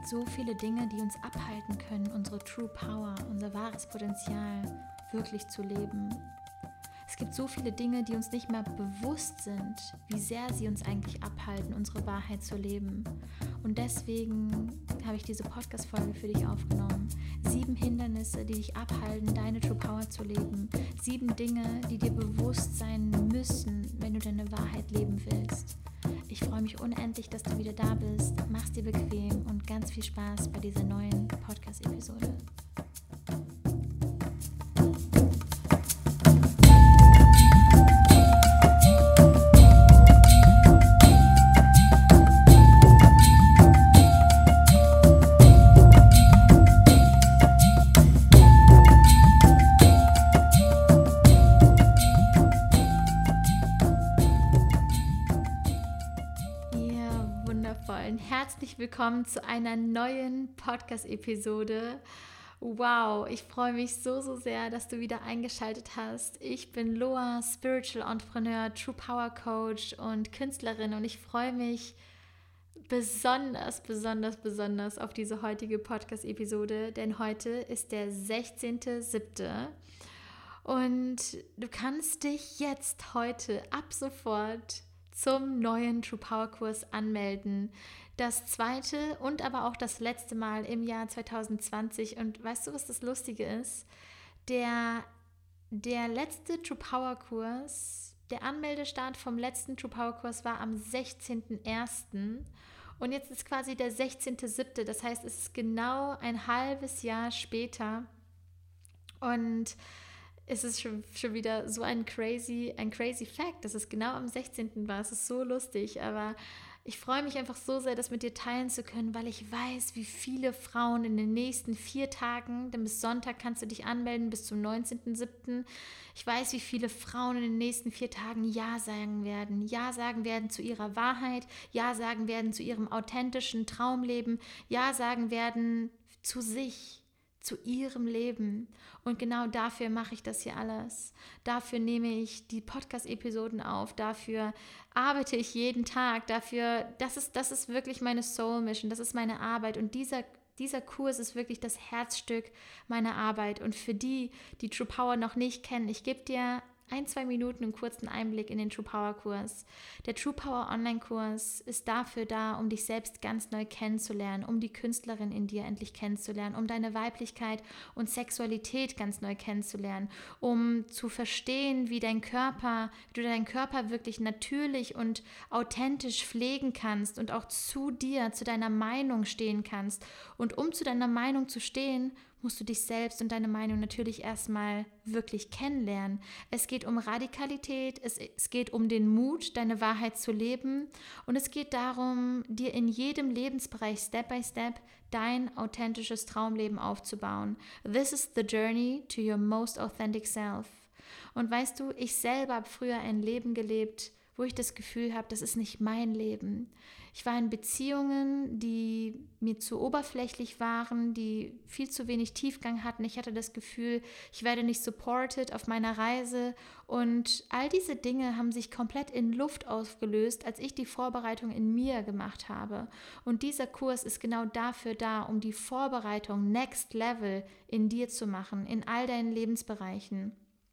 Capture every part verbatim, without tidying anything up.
gibt so viele Dinge, die uns abhalten können, unsere True Power, unser wahres Potenzial wirklich zu leben. Es gibt so viele Dinge, die uns nicht mehr bewusst sind, wie sehr sie uns eigentlich abhalten, unsere Wahrheit zu leben. Und deswegen habe ich diese Podcast-Folge für dich aufgenommen. Sieben Hindernisse, die dich abhalten, deine True Power zu leben. Sieben Dinge, die dir bewusst sein müssen, wenn du deine Wahrheit leben willst. Ich freue mich unendlich, dass du wieder da bist. Mach's dir bequem und ganz viel Spaß bei dieser neuen Podcast-Episode. Herzlich willkommen zu einer neuen Podcast-Episode. Wow, ich freue mich so, so sehr, dass du wieder eingeschaltet hast. Ich bin Loa, Spiritual Entrepreneur, True Power Coach und Künstlerin und ich freue mich besonders, besonders, besonders auf diese heutige Podcast-Episode, denn heute ist der sechzehnter siebter und du kannst dich jetzt heute ab sofort zum neuen True Power Kurs anmelden. Das zweite und aber auch das letzte Mal im Jahr zwanzig zwanzig. Und weißt du, was das Lustige ist? Der, der letzte True Power Kurs, der Anmeldestart vom letzten True Power Kurs war am sechzehnten ersten und jetzt ist quasi der sechzehnter siebter. Das heißt, es ist genau ein halbes Jahr später und es ist schon, schon wieder so ein crazy, ein crazy Fact, dass es genau am sechzehnten war. Es ist so lustig, aber ich freue mich einfach so sehr, das mit dir teilen zu können, weil ich weiß, wie viele Frauen in den nächsten vier Tagen, denn bis Sonntag kannst du dich anmelden, bis zum neunzehnten siebten Ich weiß, wie viele Frauen in den nächsten vier Tagen Ja sagen werden. Ja sagen werden zu ihrer Wahrheit, Ja sagen werden zu ihrem authentischen Traumleben, Ja sagen werden zu sich, zu ihrem Leben. Und genau dafür mache ich das hier alles. Dafür nehme ich die Podcast-Episoden auf, dafür arbeite ich jeden Tag, dafür, das ist, das ist wirklich meine Soul-Mission, das ist meine Arbeit und dieser, dieser Kurs ist wirklich das Herzstück meiner Arbeit und für die, die True Power noch nicht kennen, ich gebe dir ein, zwei Minuten einen kurzen Einblick in den True Power Kurs. Der True Power Online-Kurs ist dafür da, um dich selbst ganz neu kennenzulernen, um die Künstlerin in dir endlich kennenzulernen, um deine Weiblichkeit und Sexualität ganz neu kennenzulernen, um zu verstehen, wie dein Körper, wie du deinen Körper wirklich natürlich und authentisch pflegen kannst und auch zu dir, zu deiner Meinung stehen kannst. Und um zu deiner Meinung zu stehen, musst du dich selbst und deine Meinung natürlich erstmal wirklich kennenlernen. Es geht um Radikalität, es, es geht um den Mut, deine Wahrheit zu leben und es geht darum, dir in jedem Lebensbereich Step by Step dein authentisches Traumleben aufzubauen. This is the journey to your most authentic self. Und weißt du, ich selber habe früher ein Leben gelebt, wo ich das Gefühl habe, das ist nicht mein Leben. Ich war in Beziehungen, die mir zu oberflächlich waren, die viel zu wenig Tiefgang hatten. Ich hatte das Gefühl, ich werde nicht supported auf meiner Reise. Und all diese Dinge haben sich komplett in Luft aufgelöst, als ich die Vorbereitung in mir gemacht habe. Und dieser Kurs ist genau dafür da, um die Vorbereitung Next Level in dir zu machen, in all deinen Lebensbereichen.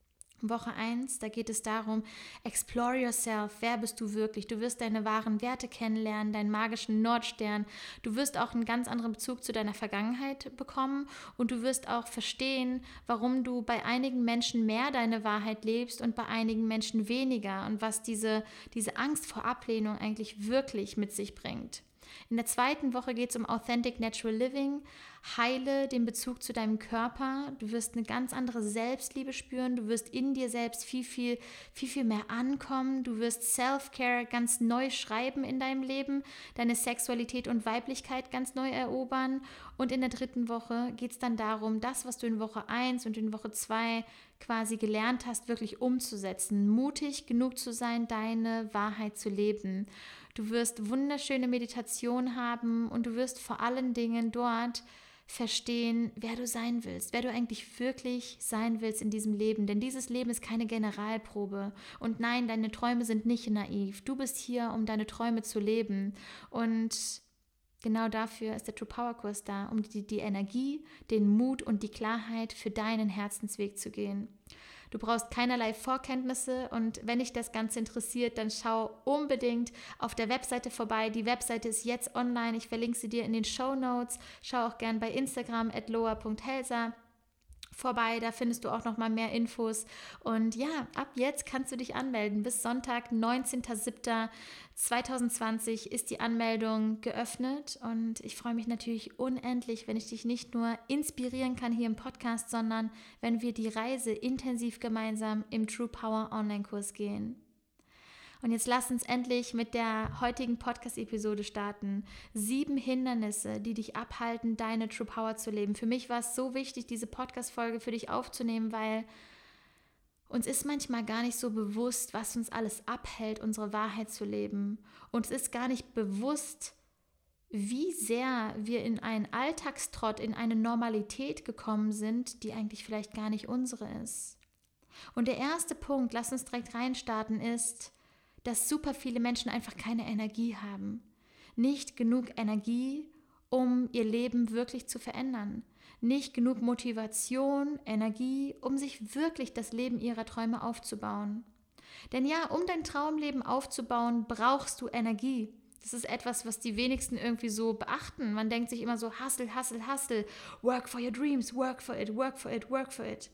Woche eins, da geht es darum, explore yourself, wer bist du wirklich? Du wirst deine wahren Werte kennenlernen, deinen magischen Nordstern. Du wirst auch einen ganz anderen Bezug zu deiner Vergangenheit bekommen und du wirst auch verstehen, warum du bei einigen Menschen mehr deine Wahrheit lebst und bei einigen Menschen weniger und was diese, diese Angst vor Ablehnung eigentlich wirklich mit sich bringt. In der zweiten Woche geht es um Authentic Natural Living. Heile den Bezug zu deinem Körper. Du wirst eine ganz andere Selbstliebe spüren. Du wirst in dir selbst viel, viel, viel, viel mehr ankommen. Du wirst Self-Care ganz neu schreiben in deinem Leben. Deine Sexualität und Weiblichkeit ganz neu erobern. Und in der dritten Woche geht es dann darum, das, was du in Woche eins und in Woche zwei quasi gelernt hast, wirklich umzusetzen. Mutig genug zu sein, deine Wahrheit zu leben. Du wirst wunderschöne Meditation haben und du wirst vor allen Dingen dort verstehen, wer du sein willst, wer du eigentlich wirklich sein willst in diesem Leben. Denn dieses Leben ist keine Generalprobe. Und nein, deine Träume sind nicht naiv. Du bist hier, um deine Träume zu leben. Und Genau dafür ist der True Power Kurs da, um die, die Energie, den Mut und die Klarheit für deinen Herzensweg zu gehen. Du brauchst keinerlei Vorkenntnisse und wenn dich das Ganze interessiert, dann schau unbedingt auf der Webseite vorbei. Die Webseite ist jetzt online. Ich verlinke sie dir in den Shownotes. Schau auch gern bei Instagram at loa punkt helsa vorbei, da findest du auch noch mal mehr Infos. Und ja, ab jetzt kannst du dich anmelden. Bis Sonntag, neunzehnter siebter zweitausendzwanzig ist die Anmeldung geöffnet und ich freue mich natürlich unendlich, wenn ich dich nicht nur inspirieren kann hier im Podcast, sondern wenn wir die Reise intensiv gemeinsam im True Power Online-Kurs gehen. Und jetzt lass uns endlich mit der heutigen Podcast-Episode starten. Sieben Hindernisse, die dich abhalten, deine True Power zu leben. Für mich war es so wichtig, diese Podcast-Folge für dich aufzunehmen, weil uns ist manchmal gar nicht so bewusst, was uns alles abhält, unsere Wahrheit zu leben. Uns ist gar nicht bewusst, wie sehr wir in einen Alltagstrott, in eine Normalität gekommen sind, die eigentlich vielleicht gar nicht unsere ist. Und der erste Punkt, lass uns direkt reinstarten, ist, dass super viele Menschen einfach keine Energie haben. Nicht genug Energie, um ihr Leben wirklich zu verändern. Nicht genug Motivation, Energie, um sich wirklich das Leben ihrer Träume aufzubauen. Denn ja, um dein Traumleben aufzubauen, brauchst du Energie. Das ist etwas, was die wenigsten irgendwie so beachten. Man denkt sich immer so, hustle, hustle, hustle, work for your dreams, work for it, work for it, work for it.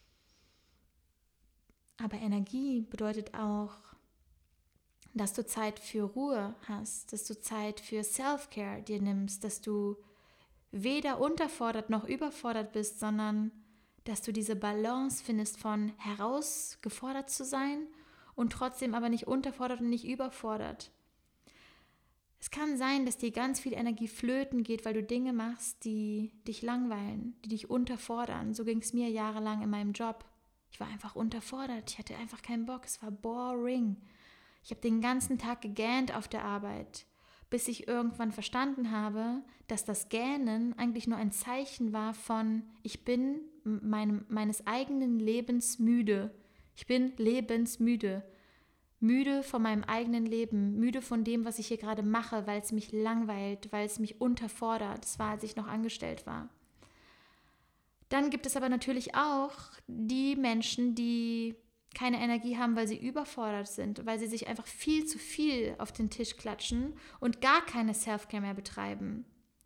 Aber Energie bedeutet auch, dass du Zeit für Ruhe hast, dass du Zeit für Self-Care dir nimmst, dass du weder unterfordert noch überfordert bist, sondern dass du diese Balance findest von herausgefordert zu sein und trotzdem aber nicht unterfordert und nicht überfordert. Es kann sein, dass dir ganz viel Energie flöten geht, weil du Dinge machst, die dich langweilen, die dich unterfordern. So ging es mir jahrelang in meinem Job. Ich war einfach unterfordert, ich hatte einfach keinen Bock, es war boring. Ich habe den ganzen Tag gegähnt auf der Arbeit, bis ich irgendwann verstanden habe, dass das Gähnen eigentlich nur ein Zeichen war von, ich bin meinem, meines eigenen Lebens müde. Ich bin lebensmüde. Müde von meinem eigenen Leben, müde von dem, was ich hier gerade mache, weil es mich langweilt, weil es mich unterfordert. Das war, als ich noch angestellt war. Dann gibt es aber natürlich auch die Menschen, die keine Energie haben, weil sie überfordert sind, weil sie sich einfach viel zu viel auf den Tisch klatschen und gar keine Self-Care mehr betreiben.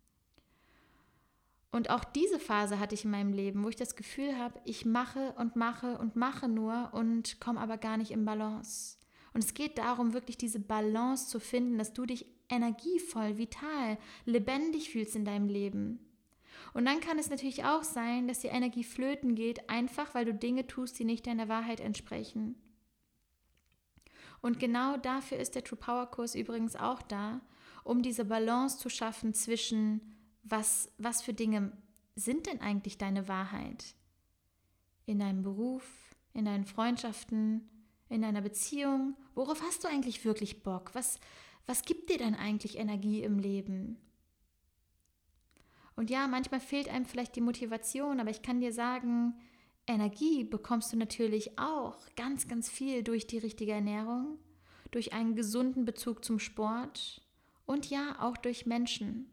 Und auch diese Phase hatte ich in meinem Leben, wo ich das Gefühl habe, ich mache und mache und mache nur und komme aber gar nicht in Balance. Und es geht darum, wirklich diese Balance zu finden, dass du dich energievoll, vital, lebendig fühlst in deinem Leben. Und dann kann es natürlich auch sein, dass die Energie flöten geht, einfach weil du Dinge tust, die nicht deiner Wahrheit entsprechen. Und genau dafür ist der True Power Kurs übrigens auch da, um diese Balance zu schaffen zwischen, was, was für Dinge sind denn eigentlich deine Wahrheit? In deinem Beruf, in deinen Freundschaften, in deiner Beziehung. Worauf hast du eigentlich wirklich Bock? Was, was gibt dir denn eigentlich Energie im Leben? Und ja, manchmal fehlt einem vielleicht die Motivation, aber ich kann dir sagen, Energie bekommst du natürlich auch ganz, ganz viel durch die richtige Ernährung, durch einen gesunden Bezug zum Sport und ja, auch durch Menschen.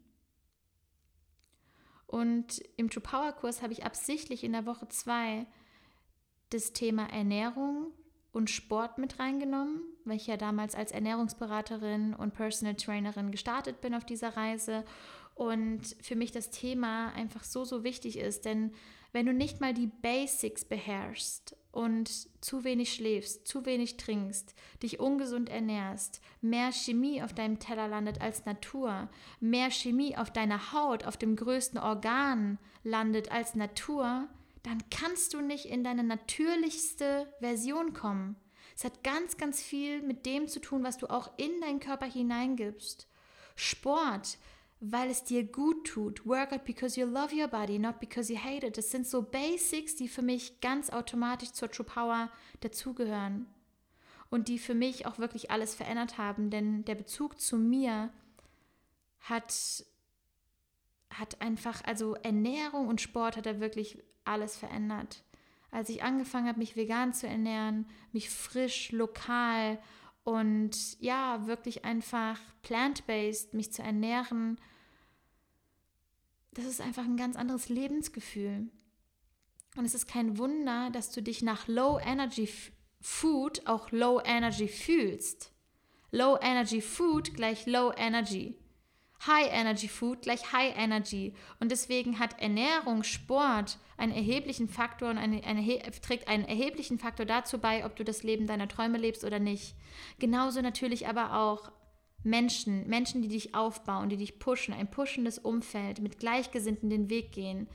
Und im True Power Kurs habe ich absichtlich in der Woche zwei das Thema Ernährung und Sport mit reingenommen, weil ich ja damals als Ernährungsberaterin und Personal Trainerin gestartet bin auf dieser Reise und für mich das Thema einfach so, so wichtig ist, denn wenn du nicht mal die Basics beherrschst und zu wenig schläfst, zu wenig trinkst, dich ungesund ernährst, mehr Chemie auf deinem Teller landet als Natur, mehr Chemie auf deiner Haut, auf dem größten Organ landet als Natur, dann kannst du nicht in deine natürlichste Version kommen. Es hat ganz, ganz viel mit dem zu tun, was du auch in deinen Körper hineingibst. Sport, weil es dir gut tut. Work out because you love your body, not because you hate it. Das sind so Basics, die für mich ganz automatisch zur True Power dazugehören. Und die für mich auch wirklich alles verändert haben. Denn der Bezug zu mir hat, hat einfach, also Ernährung und Sport hat da wirklich alles verändert. Als ich angefangen habe, mich vegan zu ernähren, mich frisch, lokal und ja, wirklich einfach plant-based mich zu ernähren, das ist einfach ein ganz anderes Lebensgefühl. Und es ist kein Wunder, dass du dich nach Low Energy Food auch Low Energy fühlst. Low Energy Food gleich Low Energy. High Energy Food gleich High Energy. Und deswegen hat Ernährung, Sport einen erheblichen Faktor und eine, eine, trägt einen erheblichen Faktor dazu bei, ob du das Leben deiner Träume lebst oder nicht. Genauso natürlich aber auch Menschen, Menschen, die dich aufbauen, die dich pushen, ein pushendes Umfeld, mit Gleichgesinnten den Weg gehen.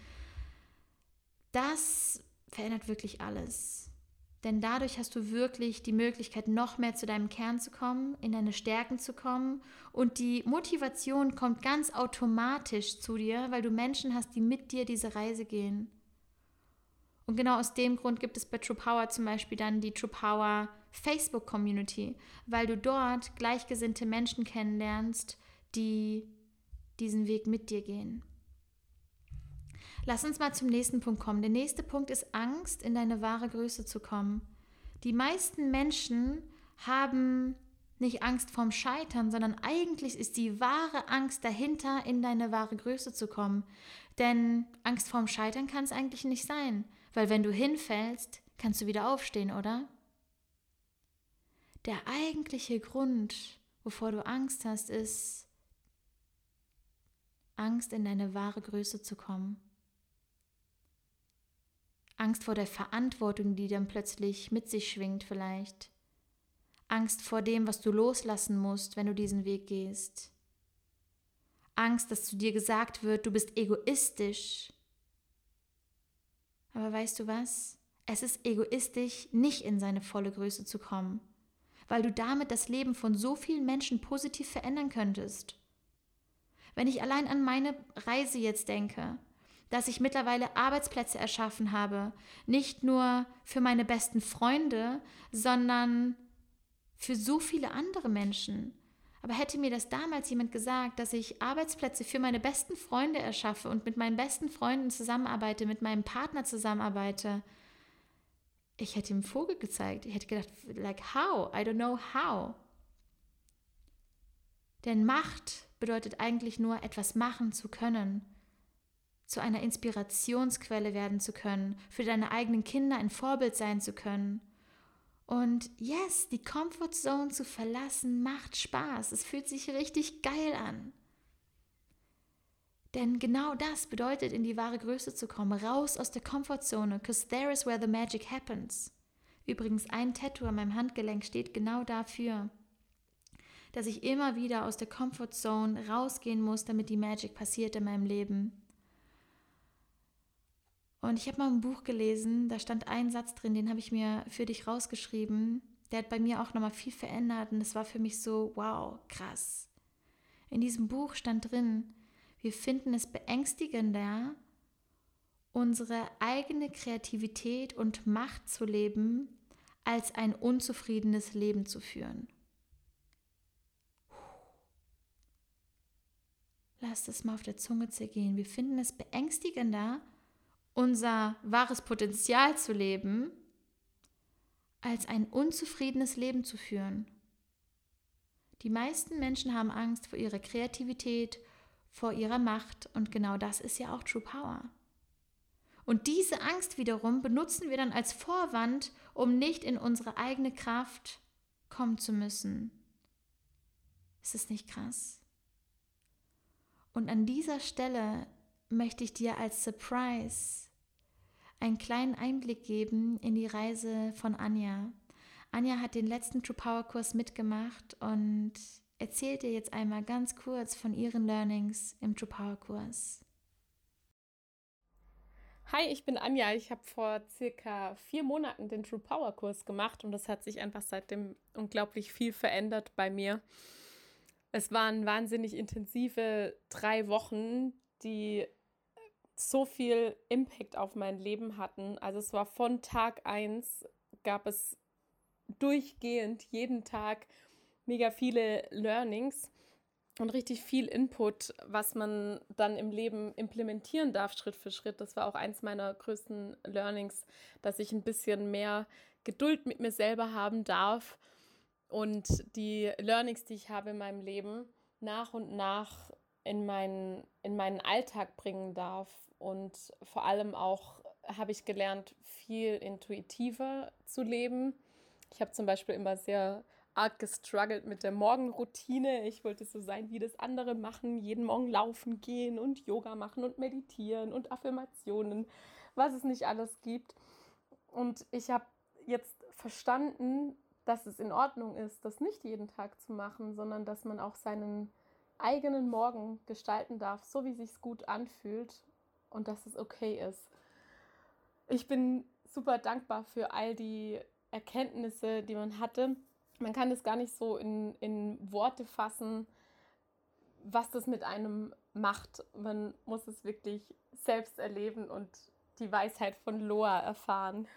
Das verändert wirklich alles. Denn dadurch hast du wirklich die Möglichkeit, noch mehr zu deinem Kern zu kommen, in deine Stärken zu kommen. Und die Motivation kommt ganz automatisch zu dir, weil du Menschen hast, die mit dir diese Reise gehen. Und genau aus dem Grund gibt es bei True Power zum Beispiel dann die True Power Facebook-Community, weil du dort gleichgesinnte Menschen kennenlernst, die diesen Weg mit dir gehen. Lass uns mal zum nächsten Punkt kommen. Der nächste Punkt ist Angst, in deine wahre Größe zu kommen. Die meisten Menschen haben nicht Angst vorm Scheitern, sondern eigentlich ist die wahre Angst dahinter, in deine wahre Größe zu kommen. Denn Angst vorm Scheitern kann es eigentlich nicht sein, weil wenn du hinfällst, kannst du wieder aufstehen, oder? Der eigentliche Grund, wovor du Angst hast, ist Angst, in deine wahre Größe zu kommen. Angst vor der Verantwortung, die dann plötzlich mit sich schwingt vielleicht. Angst vor dem, was du loslassen musst, wenn du diesen Weg gehst. Angst, dass zu dir gesagt wird, du bist egoistisch. Aber weißt du was? Es ist egoistisch, nicht in seine volle Größe zu kommen, weil du damit das Leben von so vielen Menschen positiv verändern könntest. Wenn ich allein an meine Reise jetzt denke, dass ich mittlerweile Arbeitsplätze erschaffen habe, nicht nur für meine besten Freunde, sondern für so viele andere Menschen. Aber hätte mir das damals jemand gesagt, dass ich Arbeitsplätze für meine besten Freunde erschaffe und mit meinen besten Freunden zusammenarbeite, mit meinem Partner zusammenarbeite, ich hätte ihm einen Vogel gezeigt. Ich hätte gedacht, like how? I don't know how. Denn Macht bedeutet eigentlich nur, etwas machen zu können, zu einer Inspirationsquelle werden zu können, für deine eigenen Kinder ein Vorbild sein zu können. Und yes, die Comfort Zone zu verlassen macht Spaß. Es fühlt sich richtig geil an. Denn genau das bedeutet, in die wahre Größe zu kommen, raus aus der Comfortzone, because there is where the magic happens. Übrigens, ein Tattoo an meinem Handgelenk steht genau dafür, dass ich immer wieder aus der Comfortzone rausgehen muss, damit die Magic passiert in meinem Leben. Und ich habe mal ein Buch gelesen, da stand ein Satz drin, den habe ich mir für dich rausgeschrieben. Der hat bei mir auch nochmal viel verändert und es war für mich so, wow, krass. In diesem Buch stand drin, wir finden es beängstigender, unsere eigene Kreativität und Macht zu leben, als ein unzufriedenes Leben zu führen. Lass das mal auf der Zunge zergehen. Wir finden es beängstigender, unser wahres Potenzial zu leben, als ein unzufriedenes Leben zu führen. Die meisten Menschen haben Angst vor ihrer Kreativität, vor ihrer Macht und genau das ist ja auch True Power. Und diese Angst wiederum benutzen wir dann als Vorwand, um nicht in unsere eigene Kraft kommen zu müssen. Ist es nicht krass? Und an dieser Stelle möchte ich dir als Surprise einen kleinen Einblick geben in die Reise von Anja. Anja hat den letzten True Power Kurs mitgemacht und erzählt dir jetzt einmal ganz kurz von ihren Learnings im True Power Kurs. Hi, ich bin Anja. Ich habe vor circa vier Monaten den True Power Kurs gemacht und das hat sich einfach seitdem unglaublich viel verändert bei mir. Es waren wahnsinnig intensive drei Wochen, die so viel Impact auf mein Leben hatten. Also es war von Tag eins, gab es durchgehend jeden Tag mega viele Learnings und richtig viel Input, was man dann im Leben implementieren darf, Schritt für Schritt. Das war auch eins meiner größten Learnings, dass ich ein bisschen mehr Geduld mit mir selber haben darf und die Learnings, die ich habe in meinem Leben, nach und nach in meinen, in meinen Alltag bringen darf. Und vor allem auch habe ich gelernt, viel intuitiver zu leben. Ich habe zum Beispiel immer sehr arg gestruggelt mit der Morgenroutine. Ich wollte so sein, wie das andere machen, jeden Morgen laufen gehen und Yoga machen und meditieren und Affirmationen, was es nicht alles gibt. Und ich habe jetzt verstanden, dass es in Ordnung ist, das nicht jeden Tag zu machen, sondern dass man auch seinen eigenen Morgen gestalten darf, so wie es sich gut anfühlt und dass es okay ist. Ich bin super dankbar für all die Erkenntnisse, die man hatte. Man kann es gar nicht so in, in Worte fassen, was das mit einem macht. Man muss es wirklich selbst erleben und die Weisheit von Loa erfahren.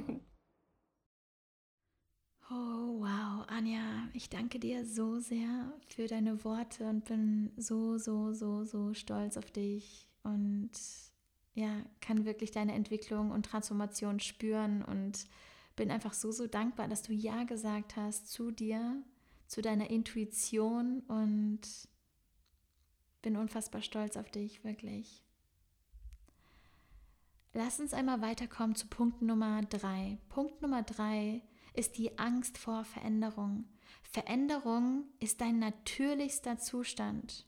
Oh, wow, Anja, ich danke dir so sehr für deine Worte und bin so, so, so, so stolz auf dich und ja, kann wirklich deine Entwicklung und Transformation spüren und bin einfach so, so dankbar, dass du Ja gesagt hast zu dir, zu deiner Intuition und bin unfassbar stolz auf dich, wirklich. Lass uns einmal weiterkommen zu Punkt Nummer drei. Punkt Nummer drei ist die Angst vor Veränderung. Veränderung ist dein natürlichster Zustand.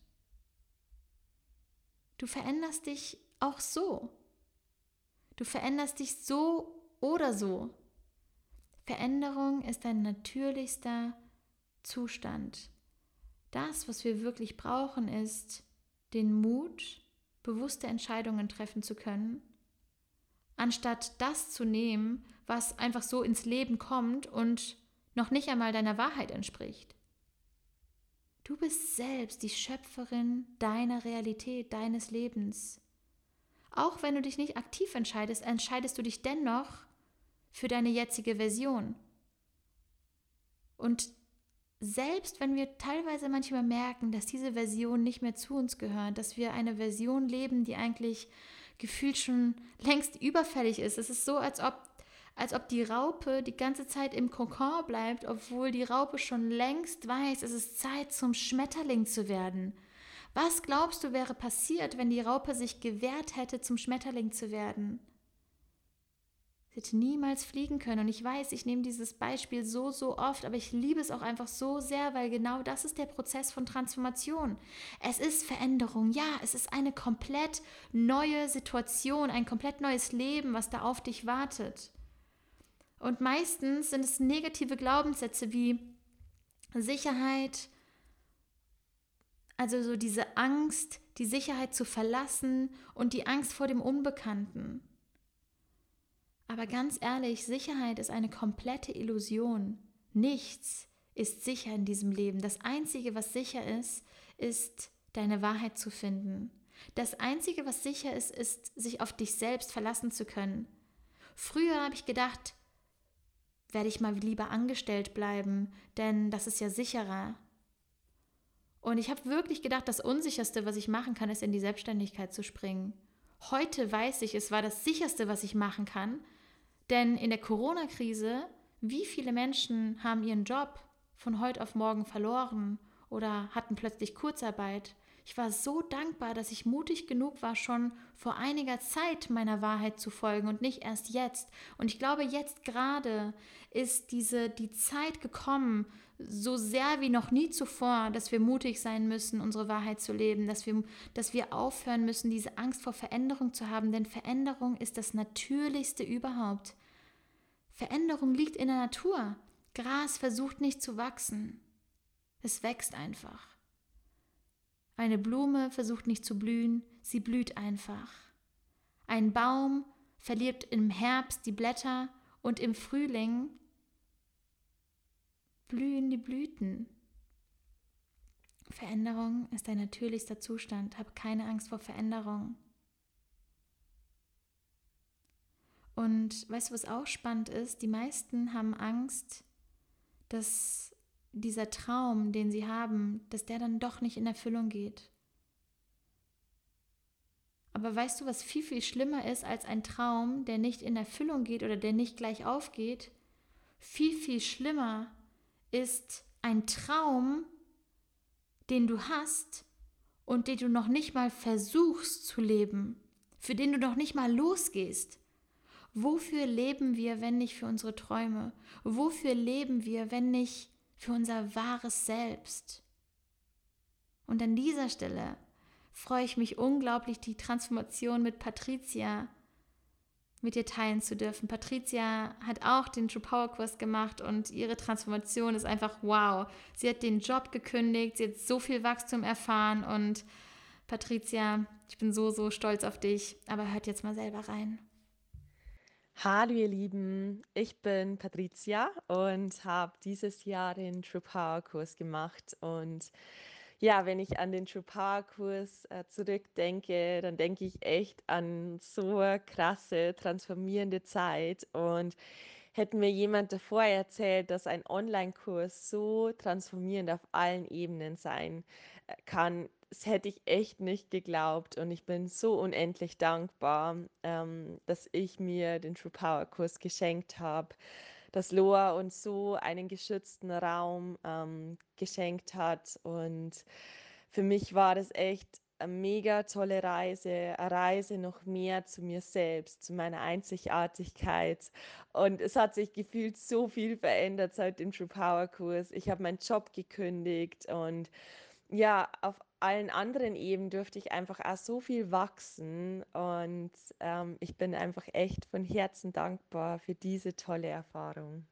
Du veränderst dich auch so. Du veränderst dich so oder so. Veränderung ist dein natürlichster Zustand. Das, was wir wirklich brauchen, ist den Mut, bewusste Entscheidungen treffen zu können, anstatt das zu nehmen, was einfach so ins Leben kommt und noch nicht einmal deiner Wahrheit entspricht. Du bist selbst die Schöpferin deiner Realität, deines Lebens. Auch wenn du dich nicht aktiv entscheidest, entscheidest du dich dennoch für deine jetzige Version. Und selbst wenn wir teilweise manchmal merken, dass diese Version nicht mehr zu uns gehört, dass wir eine Version leben, die eigentlich gefühlt schon längst überfällig ist. Es ist so, als ob, als ob die Raupe die ganze Zeit im Kokon bleibt, obwohl die Raupe schon längst weiß, es ist Zeit, zum Schmetterling zu werden. Was glaubst du, wäre passiert, wenn die Raupe sich gewehrt hätte, zum Schmetterling zu werden? Sie hätte niemals fliegen können. Und ich weiß, ich nehme dieses Beispiel so, so oft, aber ich liebe es auch einfach so sehr, weil genau das ist der Prozess von Transformation. Es ist Veränderung, ja, es ist eine komplett neue Situation, ein komplett neues Leben, was da auf dich wartet. Und meistens sind es negative Glaubenssätze wie Sicherheit, also so diese Angst, die Sicherheit zu verlassen und die Angst vor dem Unbekannten. Aber ganz ehrlich, Sicherheit ist eine komplette Illusion. Nichts ist sicher in diesem Leben. Das Einzige, was sicher ist, ist, deine Wahrheit zu finden. Das Einzige, was sicher ist, ist, sich auf dich selbst verlassen zu können. Früher habe ich gedacht, werde ich mal lieber angestellt bleiben, denn das ist ja sicherer. Und ich habe wirklich gedacht, das Unsicherste, was ich machen kann, ist, in die Selbstständigkeit zu springen. Heute weiß ich, es war das Sicherste, was ich machen kann, denn in der Corona-Krise, wie viele Menschen haben ihren Job von heute auf morgen verloren oder hatten plötzlich Kurzarbeit? Ich war so dankbar, dass ich mutig genug war, schon vor einiger Zeit meiner Wahrheit zu folgen und nicht erst jetzt. Und ich glaube, jetzt gerade ist diese, die Zeit gekommen, so sehr wie noch nie zuvor, dass wir mutig sein müssen, unsere Wahrheit zu leben, dass wir, dass wir aufhören müssen, diese Angst vor Veränderung zu haben, denn Veränderung ist das Natürlichste überhaupt. Veränderung liegt in der Natur. Gras versucht nicht zu wachsen. Es wächst einfach. Eine Blume versucht nicht zu blühen, sie blüht einfach. Ein Baum verliert im Herbst die Blätter und im Frühling blühen die Blüten. Veränderung ist dein natürlichster Zustand. Hab keine Angst vor Veränderung. Und weißt du, was auch spannend ist? Die meisten haben Angst, dass dieser Traum, den sie haben, dass der dann doch nicht in Erfüllung geht. Aber weißt du, was viel, viel schlimmer ist als ein Traum, der nicht in Erfüllung geht oder der nicht gleich aufgeht? Viel, viel schlimmer ist ein Traum, den du hast und den du noch nicht mal versuchst zu leben, für den du noch nicht mal losgehst. Wofür leben wir, wenn nicht für unsere Träume? Wofür leben wir, wenn nicht für unser wahres Selbst? Und an dieser Stelle freue ich mich unglaublich, die Transformation mit Patricia mit dir teilen zu dürfen. Patricia hat auch den True Power Kurs gemacht und ihre Transformation ist einfach wow. Sie hat den Job gekündigt, sie hat so viel Wachstum erfahren und Patricia, ich bin so, so stolz auf dich, aber hört jetzt mal selber rein. Hallo ihr Lieben, ich bin Patricia und habe dieses Jahr den True Power Kurs gemacht und ja, wenn ich an den True Power Kurs äh, zurückdenke, dann denke ich echt an so eine krasse, transformierende Zeit und hätte mir jemand davor erzählt, dass ein Online-Kurs so transformierend auf allen Ebenen sein äh, kann, das hätte ich echt nicht geglaubt und ich bin so unendlich dankbar, ähm, dass ich mir den True Power Kurs geschenkt habe, dass Loa uns so einen geschützten Raum ähm, geschenkt hat und für mich war das echt eine mega tolle Reise, eine Reise noch mehr zu mir selbst, zu meiner Einzigartigkeit. Und es hat sich gefühlt so viel verändert seit dem True Power Kurs. Ich habe meinen Job gekündigt und ja, auf allen anderen Ebenen durfte ich einfach auch so viel wachsen. Und ähm, ich bin einfach echt von Herzen dankbar für diese tolle Erfahrung.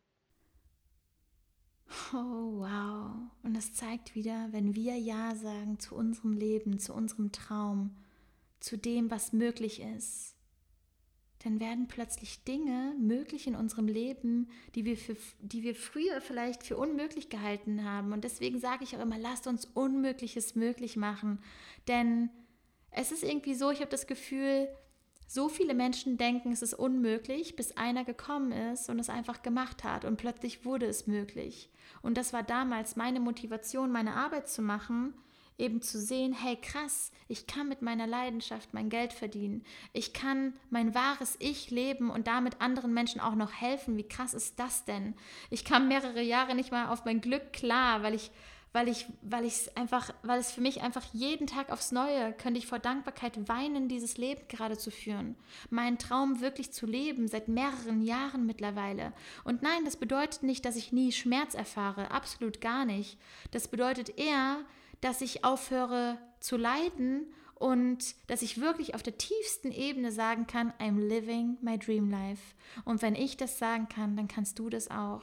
Oh, wow. Und das zeigt wieder, wenn wir Ja sagen zu unserem Leben, zu unserem Traum, zu dem, was möglich ist, dann werden plötzlich Dinge möglich in unserem Leben, die wir, für, die wir früher vielleicht für unmöglich gehalten haben. Und deswegen sage ich auch immer, lasst uns Unmögliches möglich machen. Denn es ist irgendwie so, ich habe das Gefühl, so viele Menschen denken, es ist unmöglich, bis einer gekommen ist und es einfach gemacht hat und plötzlich wurde es möglich. Und das war damals meine Motivation, meine Arbeit zu machen, eben zu sehen, hey krass, ich kann mit meiner Leidenschaft mein Geld verdienen. Ich kann mein wahres Ich leben und damit anderen Menschen auch noch helfen. Wie krass ist das denn? Ich kam mehrere Jahre nicht mal auf mein Glück klar, weil ich weil ich, weil ich es einfach, weil es für mich einfach jeden Tag aufs Neue, könnte ich vor Dankbarkeit weinen, dieses Leben gerade zu führen. Meinen Traum wirklich zu leben, seit mehreren Jahren mittlerweile. Und nein, das bedeutet nicht, dass ich nie Schmerz erfahre, absolut gar nicht. Das bedeutet eher, dass ich aufhöre zu leiden und dass ich wirklich auf der tiefsten Ebene sagen kann, I'm living my dream life. Und wenn ich das sagen kann, dann kannst du das auch.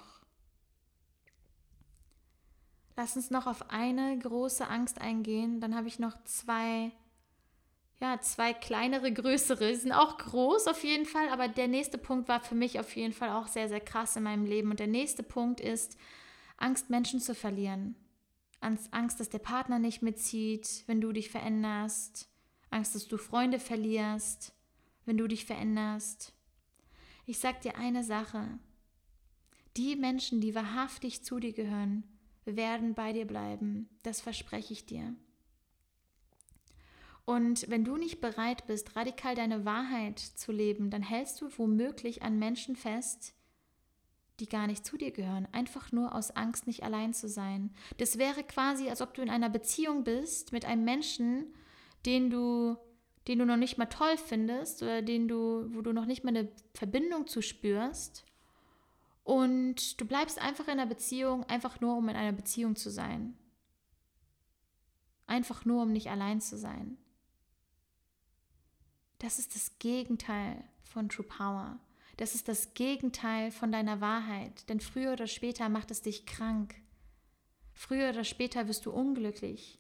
Lass uns noch auf eine große Angst eingehen. Dann habe ich noch zwei, ja, zwei kleinere, größere. Die sind auch groß auf jeden Fall, aber der nächste Punkt war für mich auf jeden Fall auch sehr, sehr krass in meinem Leben. Und der nächste Punkt ist Angst, Menschen zu verlieren. Angst, dass der Partner nicht mitzieht, wenn du dich veränderst. Angst, dass du Freunde verlierst, wenn du dich veränderst. Ich sag dir eine Sache. Die Menschen, die wahrhaftig zu dir gehören, werden bei dir bleiben. Das verspreche ich dir. Und wenn du nicht bereit bist, radikal deine Wahrheit zu leben, dann hältst du womöglich an Menschen fest, die gar nicht zu dir gehören, einfach nur aus Angst, nicht allein zu sein. Das wäre quasi, als ob du in einer Beziehung bist mit einem Menschen, den du, den du noch nicht mal toll findest oder den du, wo du noch nicht mal eine Verbindung zu spürst. Und du bleibst einfach in einer Beziehung, einfach nur, um in einer Beziehung zu sein. Einfach nur, um nicht allein zu sein. Das ist das Gegenteil von True Power. Das ist das Gegenteil von deiner Wahrheit. Denn früher oder später macht es dich krank. Früher oder später wirst du unglücklich.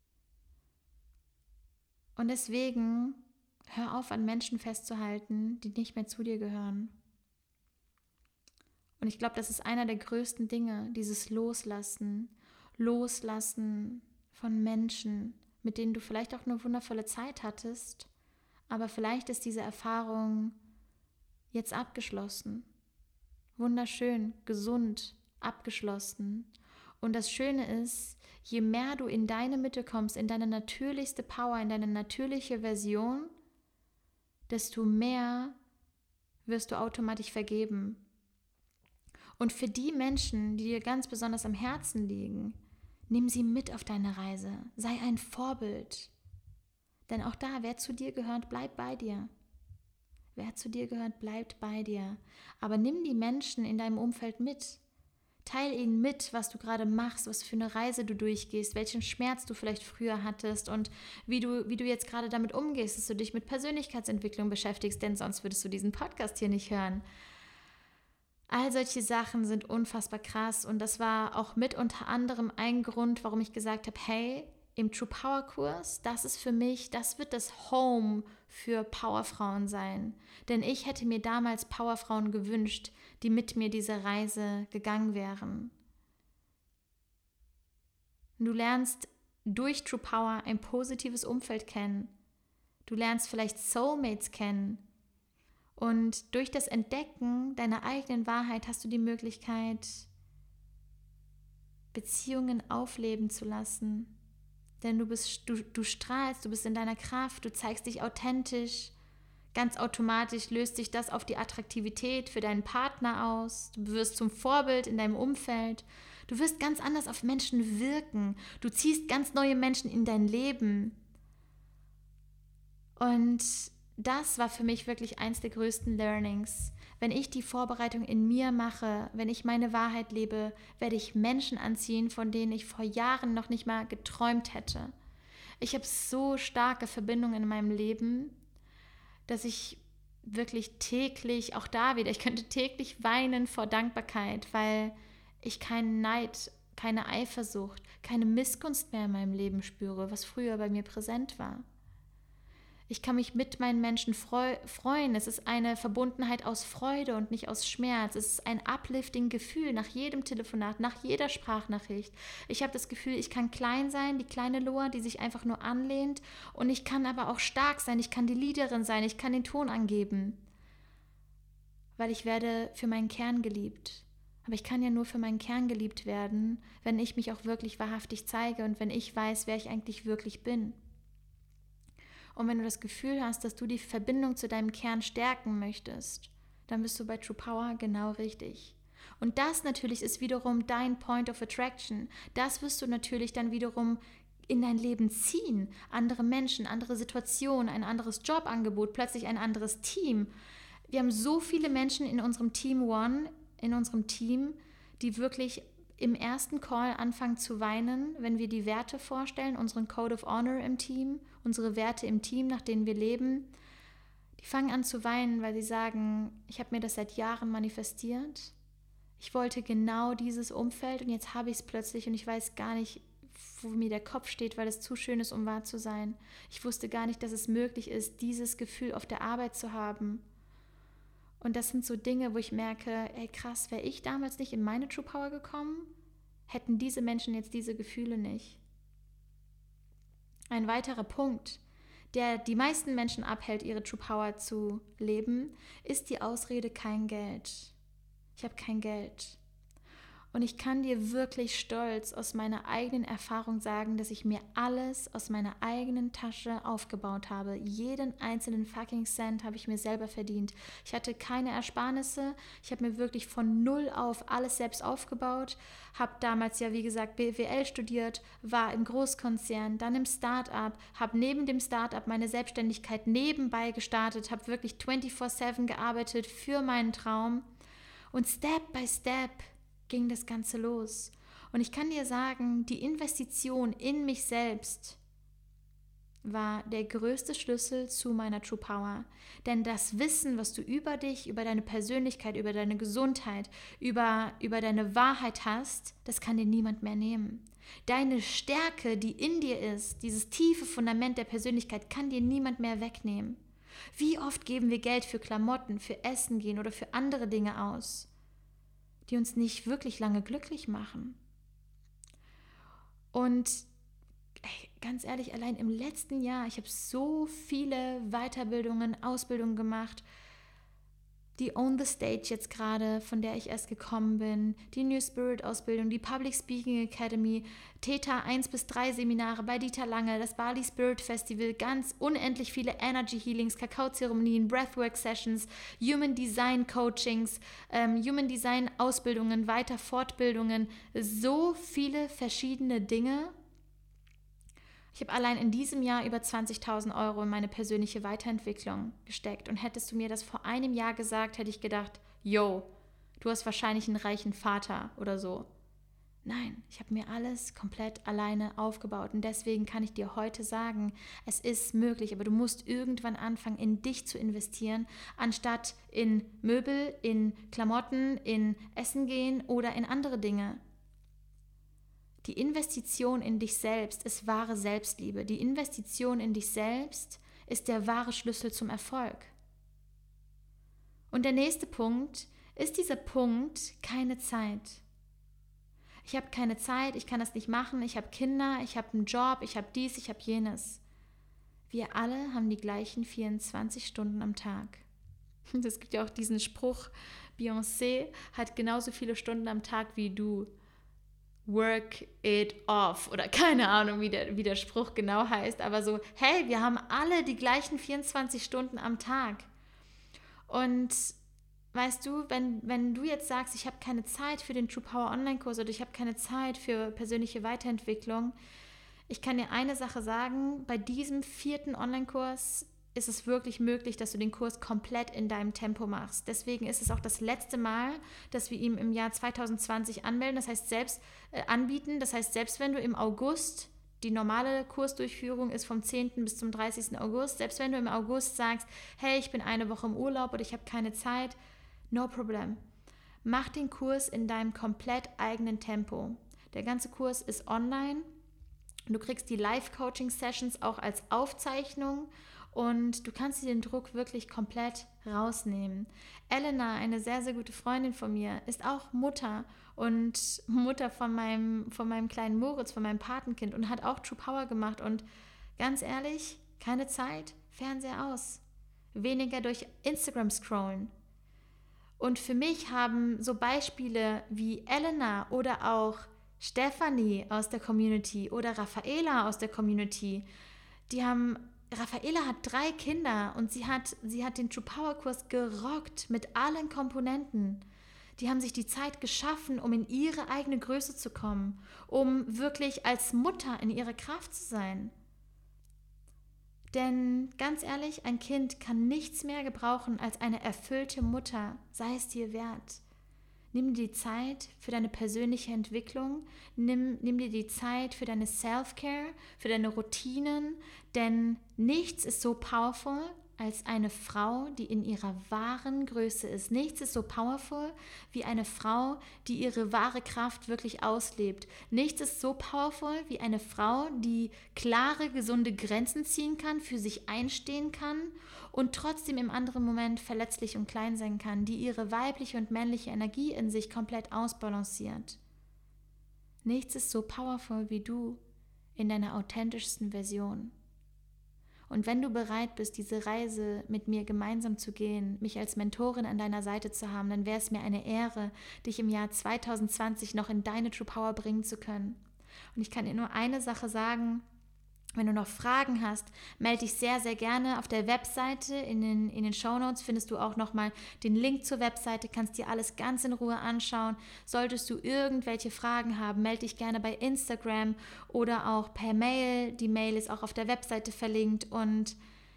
Und deswegen hör auf, an Menschen festzuhalten, die nicht mehr zu dir gehören. Und ich glaube, das ist einer der größten Dinge, dieses Loslassen. Loslassen von Menschen, mit denen du vielleicht auch eine wundervolle Zeit hattest, aber vielleicht ist diese Erfahrung jetzt abgeschlossen. Wunderschön, gesund, abgeschlossen. Und das Schöne ist, je mehr du in deine Mitte kommst, in deine natürlichste Power, in deine natürliche Version, desto mehr wirst du automatisch vergeben. Und für die Menschen, die dir ganz besonders am Herzen liegen, nimm sie mit auf deine Reise. Sei ein Vorbild. Denn auch da, wer zu dir gehört, bleibt bei dir. Wer zu dir gehört, bleibt bei dir. Aber nimm die Menschen in deinem Umfeld mit. Teil ihnen mit, was du gerade machst, was für eine Reise du durchgehst, welchen Schmerz du vielleicht früher hattest und wie du, wie du jetzt gerade damit umgehst, dass du dich mit Persönlichkeitsentwicklung beschäftigst, denn sonst würdest du diesen Podcast hier nicht hören. All solche Sachen sind unfassbar krass und das war auch mit unter anderem ein Grund, warum ich gesagt habe, hey, im True Power Kurs, das ist für mich, das wird das Home für Powerfrauen sein. Denn ich hätte mir damals Powerfrauen gewünscht, die mit mir diese Reise gegangen wären. Du lernst durch True Power ein positives Umfeld kennen. Du lernst vielleicht Soulmates kennen. Und durch das Entdecken deiner eigenen Wahrheit hast du die Möglichkeit, Beziehungen aufleben zu lassen. Denn du bist, du, du strahlst, du bist in deiner Kraft, du zeigst dich authentisch. Ganz automatisch löst sich das auf die Attraktivität für deinen Partner aus. Du wirst zum Vorbild in deinem Umfeld. Du wirst ganz anders auf Menschen wirken. Du ziehst ganz neue Menschen in dein Leben. Und das war für mich wirklich eins der größten Learnings. Wenn ich die Vorbereitung in mir mache, wenn ich meine Wahrheit lebe, werde ich Menschen anziehen, von denen ich vor Jahren noch nicht mal geträumt hätte. Ich habe so starke Verbindungen in meinem Leben, dass ich wirklich täglich, auch da wieder, ich könnte täglich weinen vor Dankbarkeit, weil ich keinen Neid, keine Eifersucht, keine Missgunst mehr in meinem Leben spüre, was früher bei mir präsent war. Ich kann mich mit meinen Menschen freu- freuen. Es ist eine Verbundenheit aus Freude und nicht aus Schmerz. Es ist ein uplifting Gefühl nach jedem Telefonat, nach jeder Sprachnachricht. Ich habe das Gefühl, ich kann klein sein, die kleine Loa, die sich einfach nur anlehnt. Und ich kann aber auch stark sein. Ich kann die Leaderin sein. Ich kann den Ton angeben. Weil ich werde für meinen Kern geliebt. Aber ich kann ja nur für meinen Kern geliebt werden, wenn ich mich auch wirklich wahrhaftig zeige und wenn ich weiß, wer ich eigentlich wirklich bin. Und wenn du das Gefühl hast, dass du die Verbindung zu deinem Kern stärken möchtest, dann bist du bei True Power genau richtig. Und das natürlich ist wiederum dein Point of Attraction. Das wirst du natürlich dann wiederum in dein Leben ziehen. Andere Menschen, andere Situationen, ein anderes Jobangebot, plötzlich ein anderes Team. Wir haben so viele Menschen in unserem Team One, in unserem Team, die wirklich im ersten Call anfangen zu weinen, wenn wir die Werte vorstellen, unseren Code of Honor im Team, unsere Werte im Team, nach denen wir leben. Die fangen an zu weinen, weil sie sagen, ich habe mir das seit Jahren manifestiert. Ich wollte genau dieses Umfeld und jetzt habe ich es plötzlich und ich weiß gar nicht, wo mir der Kopf steht, weil es zu schön ist, um wahr zu sein. Ich wusste gar nicht, dass es möglich ist, dieses Gefühl auf der Arbeit zu haben. Und das sind so Dinge, wo ich merke, ey krass, wäre ich damals nicht in meine True Power gekommen, hätten diese Menschen jetzt diese Gefühle nicht. Ein weiterer Punkt, der die meisten Menschen abhält, ihre True Power zu leben, ist die Ausrede kein Geld. Ich habe kein Geld. Und ich kann dir wirklich stolz aus meiner eigenen Erfahrung sagen, dass ich mir alles aus meiner eigenen Tasche aufgebaut habe. Jeden einzelnen fucking Cent habe ich mir selber verdient. Ich hatte keine Ersparnisse. Ich habe mir wirklich von null auf alles selbst aufgebaut. Habe damals ja, wie gesagt, B W L studiert, war im Großkonzern, dann im Start-up, habe neben dem Start-up meine Selbstständigkeit nebenbei gestartet, habe wirklich vierundzwanzig sieben gearbeitet für meinen Traum. Und Step by Step ging das Ganze los. Und ich kann dir sagen, die Investition in mich selbst war der größte Schlüssel zu meiner True Power. Denn das Wissen, was du über dich, über deine Persönlichkeit, über deine Gesundheit, über, über deine Wahrheit hast, das kann dir niemand mehr nehmen. Deine Stärke, die in dir ist, dieses tiefe Fundament der Persönlichkeit, kann dir niemand mehr wegnehmen. Wie oft geben wir Geld für Klamotten, für Essen gehen oder für andere Dinge aus, die uns nicht wirklich lange glücklich machen. Und ey, ganz ehrlich, allein im letzten Jahr, ich habe so viele Weiterbildungen, Ausbildungen gemacht, die On the Stage jetzt gerade, von der ich erst gekommen bin, die New Spirit Ausbildung, die Public Speaking Academy, Theta eins bis drei Seminare bei Dieter Lange, das Bali Spirit Festival, ganz unendlich viele Energy Healings, Kakaozeremonien, Breathwork Sessions, Human Design Coachings, ähm, Human Design Ausbildungen, weiter Fortbildungen, so viele verschiedene Dinge. Ich habe allein in diesem Jahr über zwanzigtausend Euro in meine persönliche Weiterentwicklung gesteckt. Und hättest du mir das vor einem Jahr gesagt, hätte ich gedacht, yo, du hast wahrscheinlich einen reichen Vater oder so. Nein, ich habe mir alles komplett alleine aufgebaut. Und deswegen kann ich dir heute sagen, es ist möglich, aber du musst irgendwann anfangen, in dich zu investieren, anstatt in Möbel, in Klamotten, in Essen gehen oder in andere Dinge. Die Investition in dich selbst ist wahre Selbstliebe. Die Investition in dich selbst ist der wahre Schlüssel zum Erfolg. Und der nächste Punkt ist dieser Punkt, keine Zeit. Ich habe keine Zeit, ich kann das nicht machen, ich habe Kinder, ich habe einen Job, ich habe dies, ich habe jenes. Wir alle haben die gleichen vierundzwanzig Stunden am Tag. Es gibt ja auch diesen Spruch, Beyoncé hat genauso viele Stunden am Tag wie du. Work it off oder keine Ahnung, wie der, wie der Spruch genau heißt, aber so, hey, wir haben alle die gleichen vierundzwanzig Stunden am Tag. Und weißt du, wenn, wenn du jetzt sagst, ich habe keine Zeit für den True Power Online-Kurs oder ich habe keine Zeit für persönliche Weiterentwicklung, ich kann dir eine Sache sagen, bei diesem vierten Online-Kurs ist es wirklich möglich, dass du den Kurs komplett in deinem Tempo machst. Deswegen ist es auch das letzte Mal, dass wir ihn im Jahr zwanzig zwanzig anmelden, das heißt selbst äh, anbieten. Das heißt, selbst wenn du im August, die normale Kursdurchführung ist vom zehnten bis zum dreißigsten August, selbst wenn du im August sagst, hey, ich bin eine Woche im Urlaub oder ich habe keine Zeit, no problem. Mach den Kurs in deinem komplett eigenen Tempo. Der ganze Kurs ist online. Du kriegst die Live-Coaching-Sessions auch als Aufzeichnung. Und du kannst dir den Druck wirklich komplett rausnehmen. Elena, eine sehr, sehr gute Freundin von mir, ist auch Mutter und Mutter von meinem, von meinem kleinen Moritz, von meinem Patenkind und hat auch True Power gemacht. Und ganz ehrlich, keine Zeit, Fernseher aus. Weniger durch Instagram scrollen. Und für mich haben so Beispiele wie Elena oder auch Stefanie aus der Community oder Raffaela aus der Community, die haben Raffaela hat drei Kinder und sie hat, sie hat den True Power Kurs gerockt mit allen Komponenten. Die haben sich die Zeit geschaffen, um in ihre eigene Größe zu kommen, um wirklich als Mutter in ihrer Kraft zu sein. Denn ganz ehrlich, ein Kind kann nichts mehr gebrauchen als eine erfüllte Mutter, sei es dir wert. Nimm dir die Zeit für deine persönliche Entwicklung, nimm, nimm dir die Zeit für deine Self-Care, für deine Routinen, denn nichts ist so powerful als eine Frau, die in ihrer wahren Größe ist. Nichts ist so powerful wie eine Frau, die ihre wahre Kraft wirklich auslebt. Nichts ist so powerful wie eine Frau, die klare, gesunde Grenzen ziehen kann, für sich einstehen kann und trotzdem im anderen Moment verletzlich und klein sein kann, die ihre weibliche und männliche Energie in sich komplett ausbalanciert. Nichts ist so powerful wie du in deiner authentischsten Version. Und wenn du bereit bist, diese Reise mit mir gemeinsam zu gehen, mich als Mentorin an deiner Seite zu haben, dann wäre es mir eine Ehre, dich im Jahr zwanzig zwanzig noch in deine True Power bringen zu können. Und ich kann dir nur eine Sache sagen: Wenn du noch Fragen hast, melde dich sehr, sehr gerne auf der Webseite. In den, in den Shownotes findest du auch nochmal den Link zur Webseite, kannst dir alles ganz in Ruhe anschauen. Solltest du irgendwelche Fragen haben, melde dich gerne bei Instagram oder auch per Mail. Die Mail ist auch auf der Webseite verlinkt. Und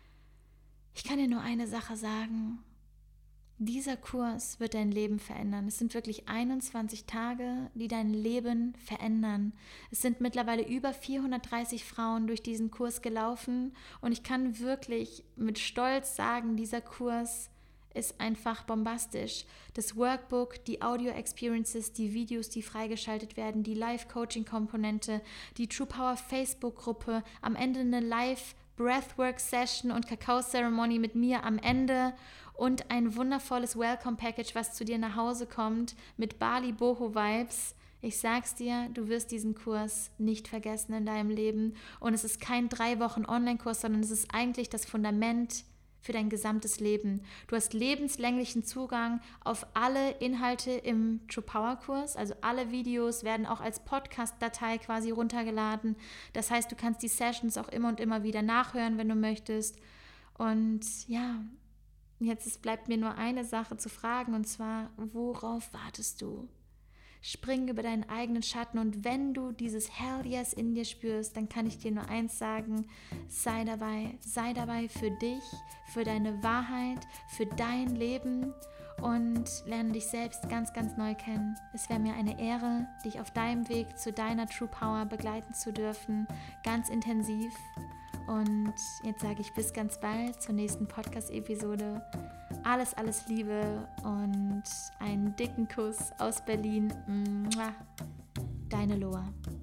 ich kann dir nur eine Sache sagen: Dieser Kurs wird dein Leben verändern. Es sind wirklich einundzwanzig Tage, die dein Leben verändern. Es sind mittlerweile über vierhundertdreißig Frauen durch diesen Kurs gelaufen und ich kann wirklich mit Stolz sagen, dieser Kurs ist einfach bombastisch. Das Workbook, die Audio-Experiences, die Videos, die freigeschaltet werden, die Live-Coaching-Komponente, die True Power Facebook-Gruppe, am Ende eine Live-Breathwork-Session und Kakao-Ceremony mit mir am Ende und ein wundervolles Welcome-Package, was zu dir nach Hause kommt mit Bali-Boho-Vibes. Ich sag's dir, du wirst diesen Kurs nicht vergessen in deinem Leben. Und es ist kein drei Wochen Online-Kurs, sondern es ist eigentlich das Fundament für dein gesamtes Leben. Du hast lebenslänglichen Zugang auf alle Inhalte im True Power Kurs, also alle Videos werden auch als Podcast-Datei quasi runtergeladen. Das heißt, du kannst die Sessions auch immer und immer wieder nachhören, wenn du möchtest. Und ja, jetzt bleibt mir nur eine Sache zu fragen, und zwar, worauf wartest du? spring über deinen eigenen Schatten und wenn du dieses Hell Yes in dir spürst, dann kann ich dir nur eins sagen, sei dabei, sei dabei für dich, für deine Wahrheit, für dein Leben und lerne dich selbst ganz, ganz neu kennen. Es wäre mir eine Ehre, dich auf deinem Weg zu deiner True Power begleiten zu dürfen, ganz intensiv. Und jetzt sage ich bis ganz bald zur nächsten Podcast-Episode. Alles, alles Liebe und einen dicken Kuss aus Berlin. Deine Loa.